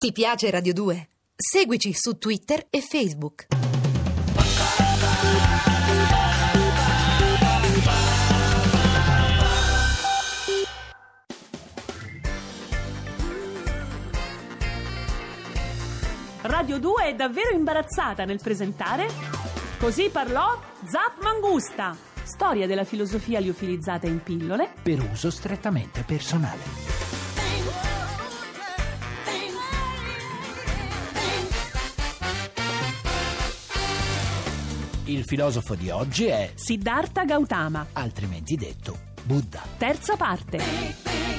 Ti piace Radio 2? Seguici su Twitter e Facebook. Radio 2 è davvero imbarazzata nel presentare Così parlò Zap Mangusta, storia della filosofia liofilizzata in pillole per uso strettamente personale. Il filosofo di oggi è Siddhartha Gautama, altrimenti detto Buddha. terza parte.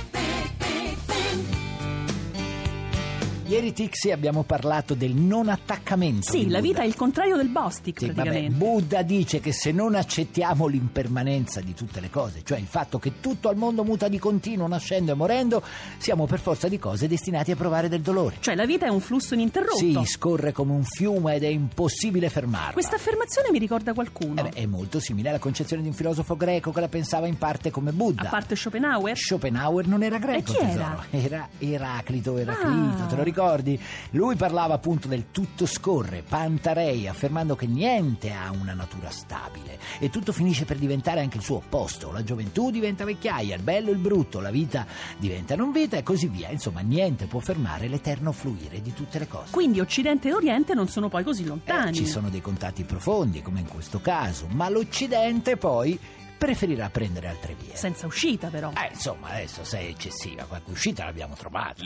Ieri, Tixi, abbiamo parlato del non attaccamento. Sì, di la Buddha. vita è il contrario del Bostic, Sì, praticamente. vabbè, Buddha dice che se non accettiamo l'impermanenza di tutte le cose, cioè il fatto che tutto al mondo muta di continuo, nascendo e morendo, siamo per forza di cose destinati a provare del dolore. Cioè la vita è un flusso ininterrotto. Sì, scorre come un fiume ed è impossibile fermarla. Questa affermazione mi ricorda qualcuno. È molto simile alla concezione di un filosofo greco che la pensava in parte come Buddha. A parte Schopenhauer? Schopenhauer non era greco, E chi tesoro. Era Eraclito, Ah. te lo ricordi? Lui parlava appunto del tutto scorre, pantarei, affermando che niente ha una natura stabile e tutto finisce per diventare anche il suo opposto. La gioventù diventa vecchiaia, il bello e il brutto, la vita diventa non vita e così via. Insomma, niente può fermare l'eterno fluire di tutte le cose. Quindi Occidente e Oriente non sono poi così lontani. Ci sono dei contatti profondi, come in questo caso, ma l'Occidente poi preferirà prendere altre vie. Senza uscita, però. Insomma, adesso sei eccessiva, qualche uscita l'abbiamo trovata.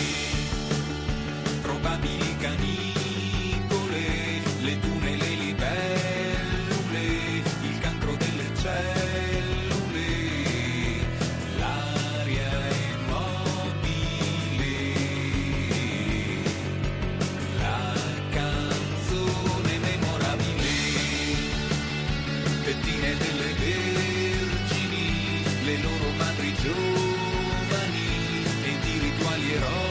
Probabili canicole, le dune, le libellule, il cancro delle cellule, l'aria immobile, la canzone memorabile, pettine delle vergini, le loro madri giovani ed i rituali erotici.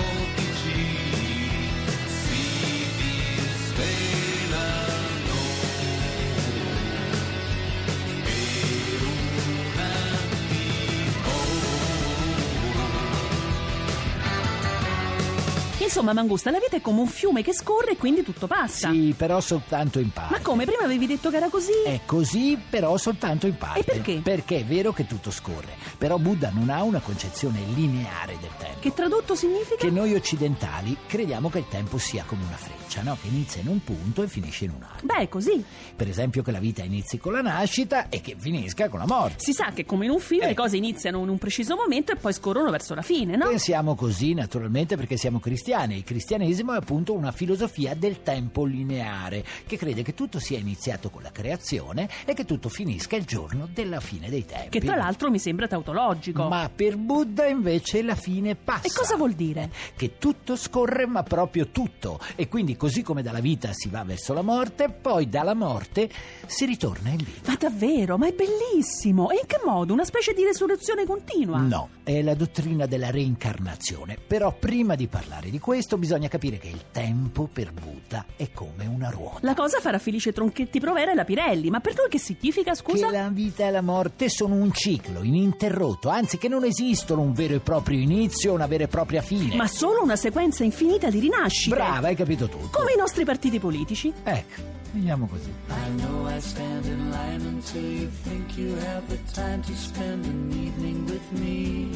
Insomma, Mangusta, la vita è come un fiume che scorre e quindi tutto passa. Sì, però soltanto in parte. Ma come? Prima avevi detto che era così? È così, però soltanto in parte. E perché? Perché è vero che tutto scorre, però Buddha non ha una concezione lineare del tempo. Che tradotto significa? Che noi occidentali crediamo che il tempo sia come una freccia, no? Che inizia in un punto e finisce in un altro. Beh, è così. Per esempio che la vita inizi con la nascita e che finisca con la morte. Si sa che come in un film le cose iniziano in un preciso momento e poi scorrono verso la fine, no? Pensiamo così naturalmente perché siamo cristiani. Il cristianesimo è appunto una filosofia del tempo lineare che crede che tutto sia iniziato con la creazione e che tutto finisca il giorno della fine dei tempi. Che tra l'altro mi sembra tautologico. Ma per Buddha invece la fine passa. E cosa vuol dire? Che tutto scorre, ma proprio tutto. E quindi così come dalla vita si va verso la morte, poi dalla morte si ritorna in vita. Ma davvero? Ma è bellissimo! E in che modo? Una specie di resurrezione continua? No, è la dottrina della reincarnazione. Però prima di parlare di questo bisogna capire che il tempo per Buddha è come una ruota. La cosa farà felice Tronchetti Provera e la Pirelli, ma per noi che significa, scusa? Che la vita e la morte sono un ciclo ininterrotto, anzi che non esistono un vero e proprio inizio o una vera e propria fine. Ma solo una sequenza infinita di rinascite. Brava, hai capito tutto. Come i nostri partiti politici. Ecco, vediamo così. I know I stand in line until you think you have the time to spend an evening with me.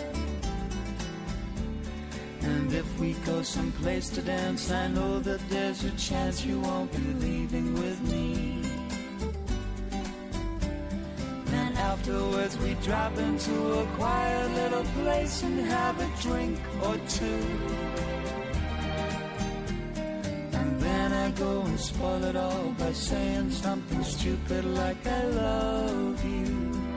And if we go someplace to dance, I know that there's a chance you won't be leaving with me. Then afterwards we drop into a quiet little place and have a drink or two. And then I go and spoil it all by saying something stupid like I love you.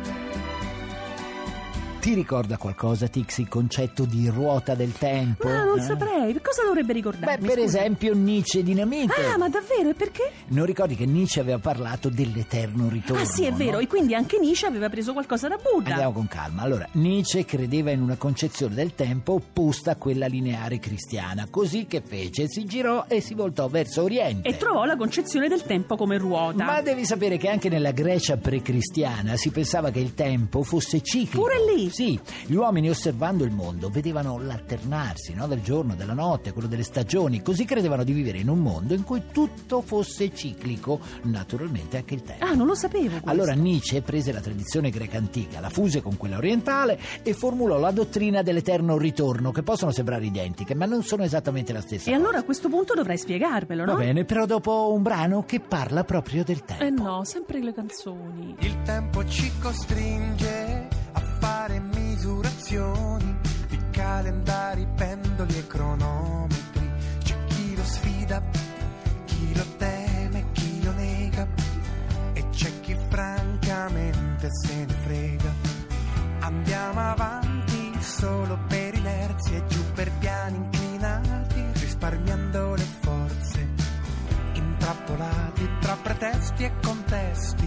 Ti ricorda qualcosa, Tix, il concetto di ruota del tempo? Ma non saprei, cosa dovrebbe ricordarmi? Beh, per scusa? esempio Nietzsche Dinamite. Ah, ma davvero? E perché? Non ricordi che Nietzsche aveva parlato dell'eterno ritorno? Ah sì, è vero, no? e quindi anche Nietzsche aveva preso qualcosa da Buddha. Andiamo con calma. Allora, Nietzsche credeva in una concezione del tempo opposta a quella lineare cristiana, così che fece, si girò e si voltò verso Oriente. E trovò la concezione del tempo come ruota. Ma devi sapere che anche nella Grecia precristiana si pensava che il tempo fosse ciclico. Pure lì? Sì, gli uomini osservando il mondo vedevano l'alternarsi, no? Del giorno, della notte, quello delle stagioni, così credevano di vivere in un mondo in cui tutto fosse ciclico, naturalmente anche il tempo. Ah, non lo sapevo questo. Allora Nietzsche prese la tradizione greca antica, la fuse con quella orientale e formulò la dottrina dell'eterno ritorno, che possono sembrare identiche, ma non sono esattamente la stessa E cosa. allora a questo punto dovrai spiegarmelo, no? Va bene, però dopo un brano che parla proprio del tempo. Eh no, sempre le canzoni. Il tempo ci costringe a fare misurazioni di calendari, pendoli e cronometri. C'è chi lo sfida, chi lo teme, chi lo nega, e c'è chi francamente se ne frega. Andiamo avanti solo per inerzia e giù per piani inclinati, risparmiando le forze, intrappolati tra pretesti e contesti,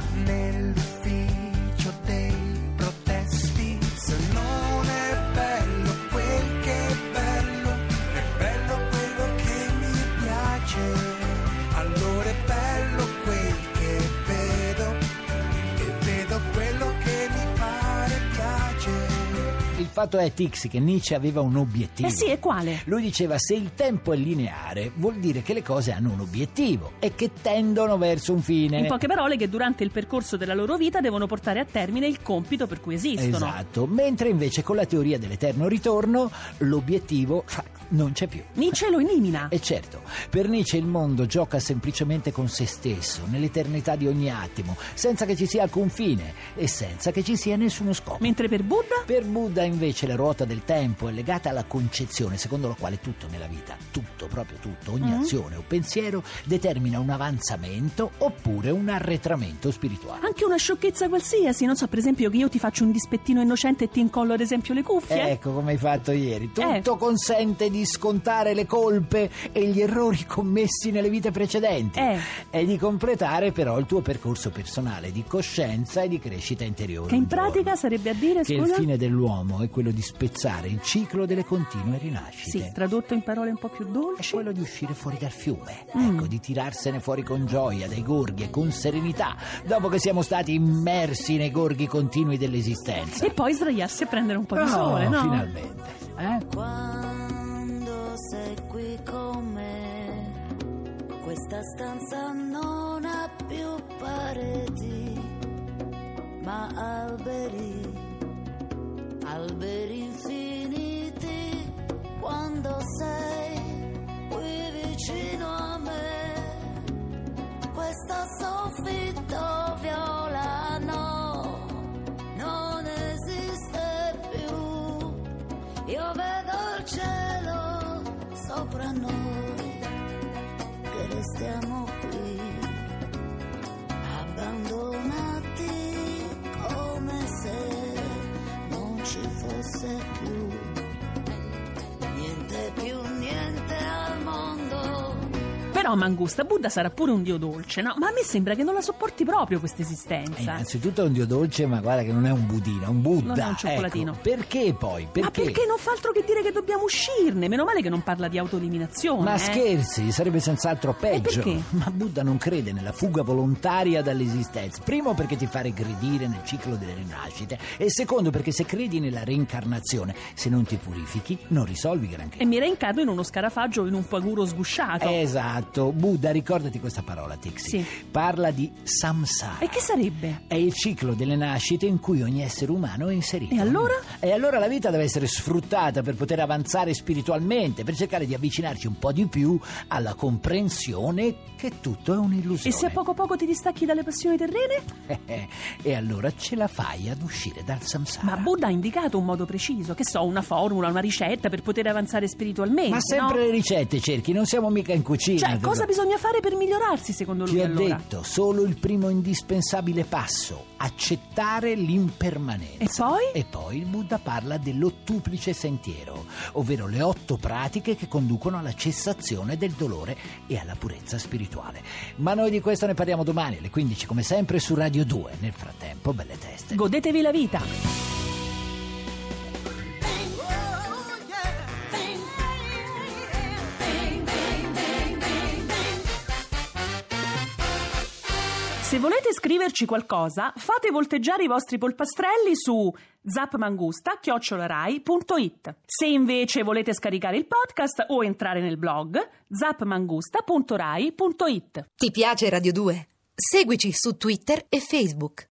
nell'ufficio dei protesti. Se non è bello quel che è bello quello che mi piace, allora è bello quel che vedo, e vedo quello che mi pare piace. Il fatto è, Tixi, che Nietzsche aveva un obiettivo. Eh sì, e quale? Lui diceva: se il tempo è lineare, vuol dire che le cose hanno un obiettivo e che tendono verso un fine. In poche parole, che durante il percorso della loro vita devono portare a termine il compito per cui esistono. Esatto, mentre invece con la teoria dell'eterno ritorno l'obiettivo non c'è più. Nietzsche lo elimina. E certo, per Nietzsche il mondo gioca semplicemente con se stesso, nell'eternità di ogni attimo, senza che ci sia alcun fine e senza che ci sia nessuno scopo. Mentre per Buddha? Per Buddha invece la ruota del tempo è legata alla concezione secondo la quale tutto nella vita, tutto, proprio tutto, ogni azione o pensiero determina un avanzamento oppure un arretramento spirituale. Anche una sciocchezza qualsiasi, non so, per esempio che io ti faccio un dispettino innocente e ti incollo ad esempio le cuffie. Ecco come hai fatto ieri. Tutto consente di scontare le colpe e gli errori commessi nelle vite precedenti e di completare però il tuo percorso personale di coscienza e di crescita interiore. Che in un giorno. pratica sarebbe a dire, che scusa? il fine dell'uomo è quello di spezzare il ciclo delle continue rinascite. Sì, tradotto in parole un po' più È dolci. quello di uscire fuori dal fiume, ecco, di tirarsene fuori con gioia dai gorghi e con serenità, dopo che siamo stati immersi nei gorghi continui dell'esistenza. E poi sdraiarsi a prendere un po' di sole, no? Finalmente. Quando sei qui con me, questa stanza non ha più pareti, ma alberi infiniti. Quando sei qui vicino a me, questo soffitto viola no, non esiste più. Io vedo il cielo sopra noi, che restiamo qui, abbandonati come se non ci fosse più niente al mondo. Però Mangusta, Buddha sarà pure un dio dolce, no? Ma a me sembra che non la sopporti proprio questa esistenza. Innanzitutto è un dio dolce, ma guarda che non è un budino, è un Buddha. Non è un cioccolatino. Ecco. Perché poi? Ma perché non fa altro che dire che dobbiamo uscirne? Meno male che non parla di autoeliminazione. Ma scherzi, sarebbe senz'altro peggio. perché? Ma Buddha non crede nella fuga volontaria dall'esistenza. Primo perché ti fa regredire nel ciclo delle rinascite e secondo perché se credi nella reincarnazione, se non ti purifichi, non risolvi granché. E mi reincarno in uno scarafaggio o in un paguro sgusciato. Esatto. Buddha, ricordati questa parola, Tixi. Sì. Parla di samsara. E che sarebbe? È il ciclo delle nascite in cui ogni essere umano è inserito. E allora? E allora la vita deve essere sfruttata per poter avanzare spiritualmente, per cercare di avvicinarci un po' di più alla comprensione che tutto è un'illusione. E se a poco a poco ti distacchi dalle passioni terrene? E allora ce la fai ad uscire dal samsara. Ma Buddha ha indicato un modo preciso, che so, una formula, una ricetta per poter avanzare spiritualmente. Ma sempre no? le ricette cerchi, non siamo mica in cucina. Cioè, cosa bisogna fare per migliorarsi secondo lui Ti ho allora? detto, solo il primo indispensabile passo, accettare l'impermanenza. E poi? E poi il Buddha parla dell'ottuplice sentiero, ovvero le 8 pratiche che conducono alla cessazione del dolore e alla purezza spirituale. Ma noi di questo ne parliamo domani alle 15 come sempre su Radio 2. Nel frattempo, belle teste. Godetevi la vita. Se volete scriverci qualcosa, fate volteggiare i vostri polpastrelli su zapmangusta@rai.it. Se invece volete scaricare il podcast o entrare nel blog, zapmangusta.rai.it. Ti piace Radio 2? Seguici su Twitter e Facebook.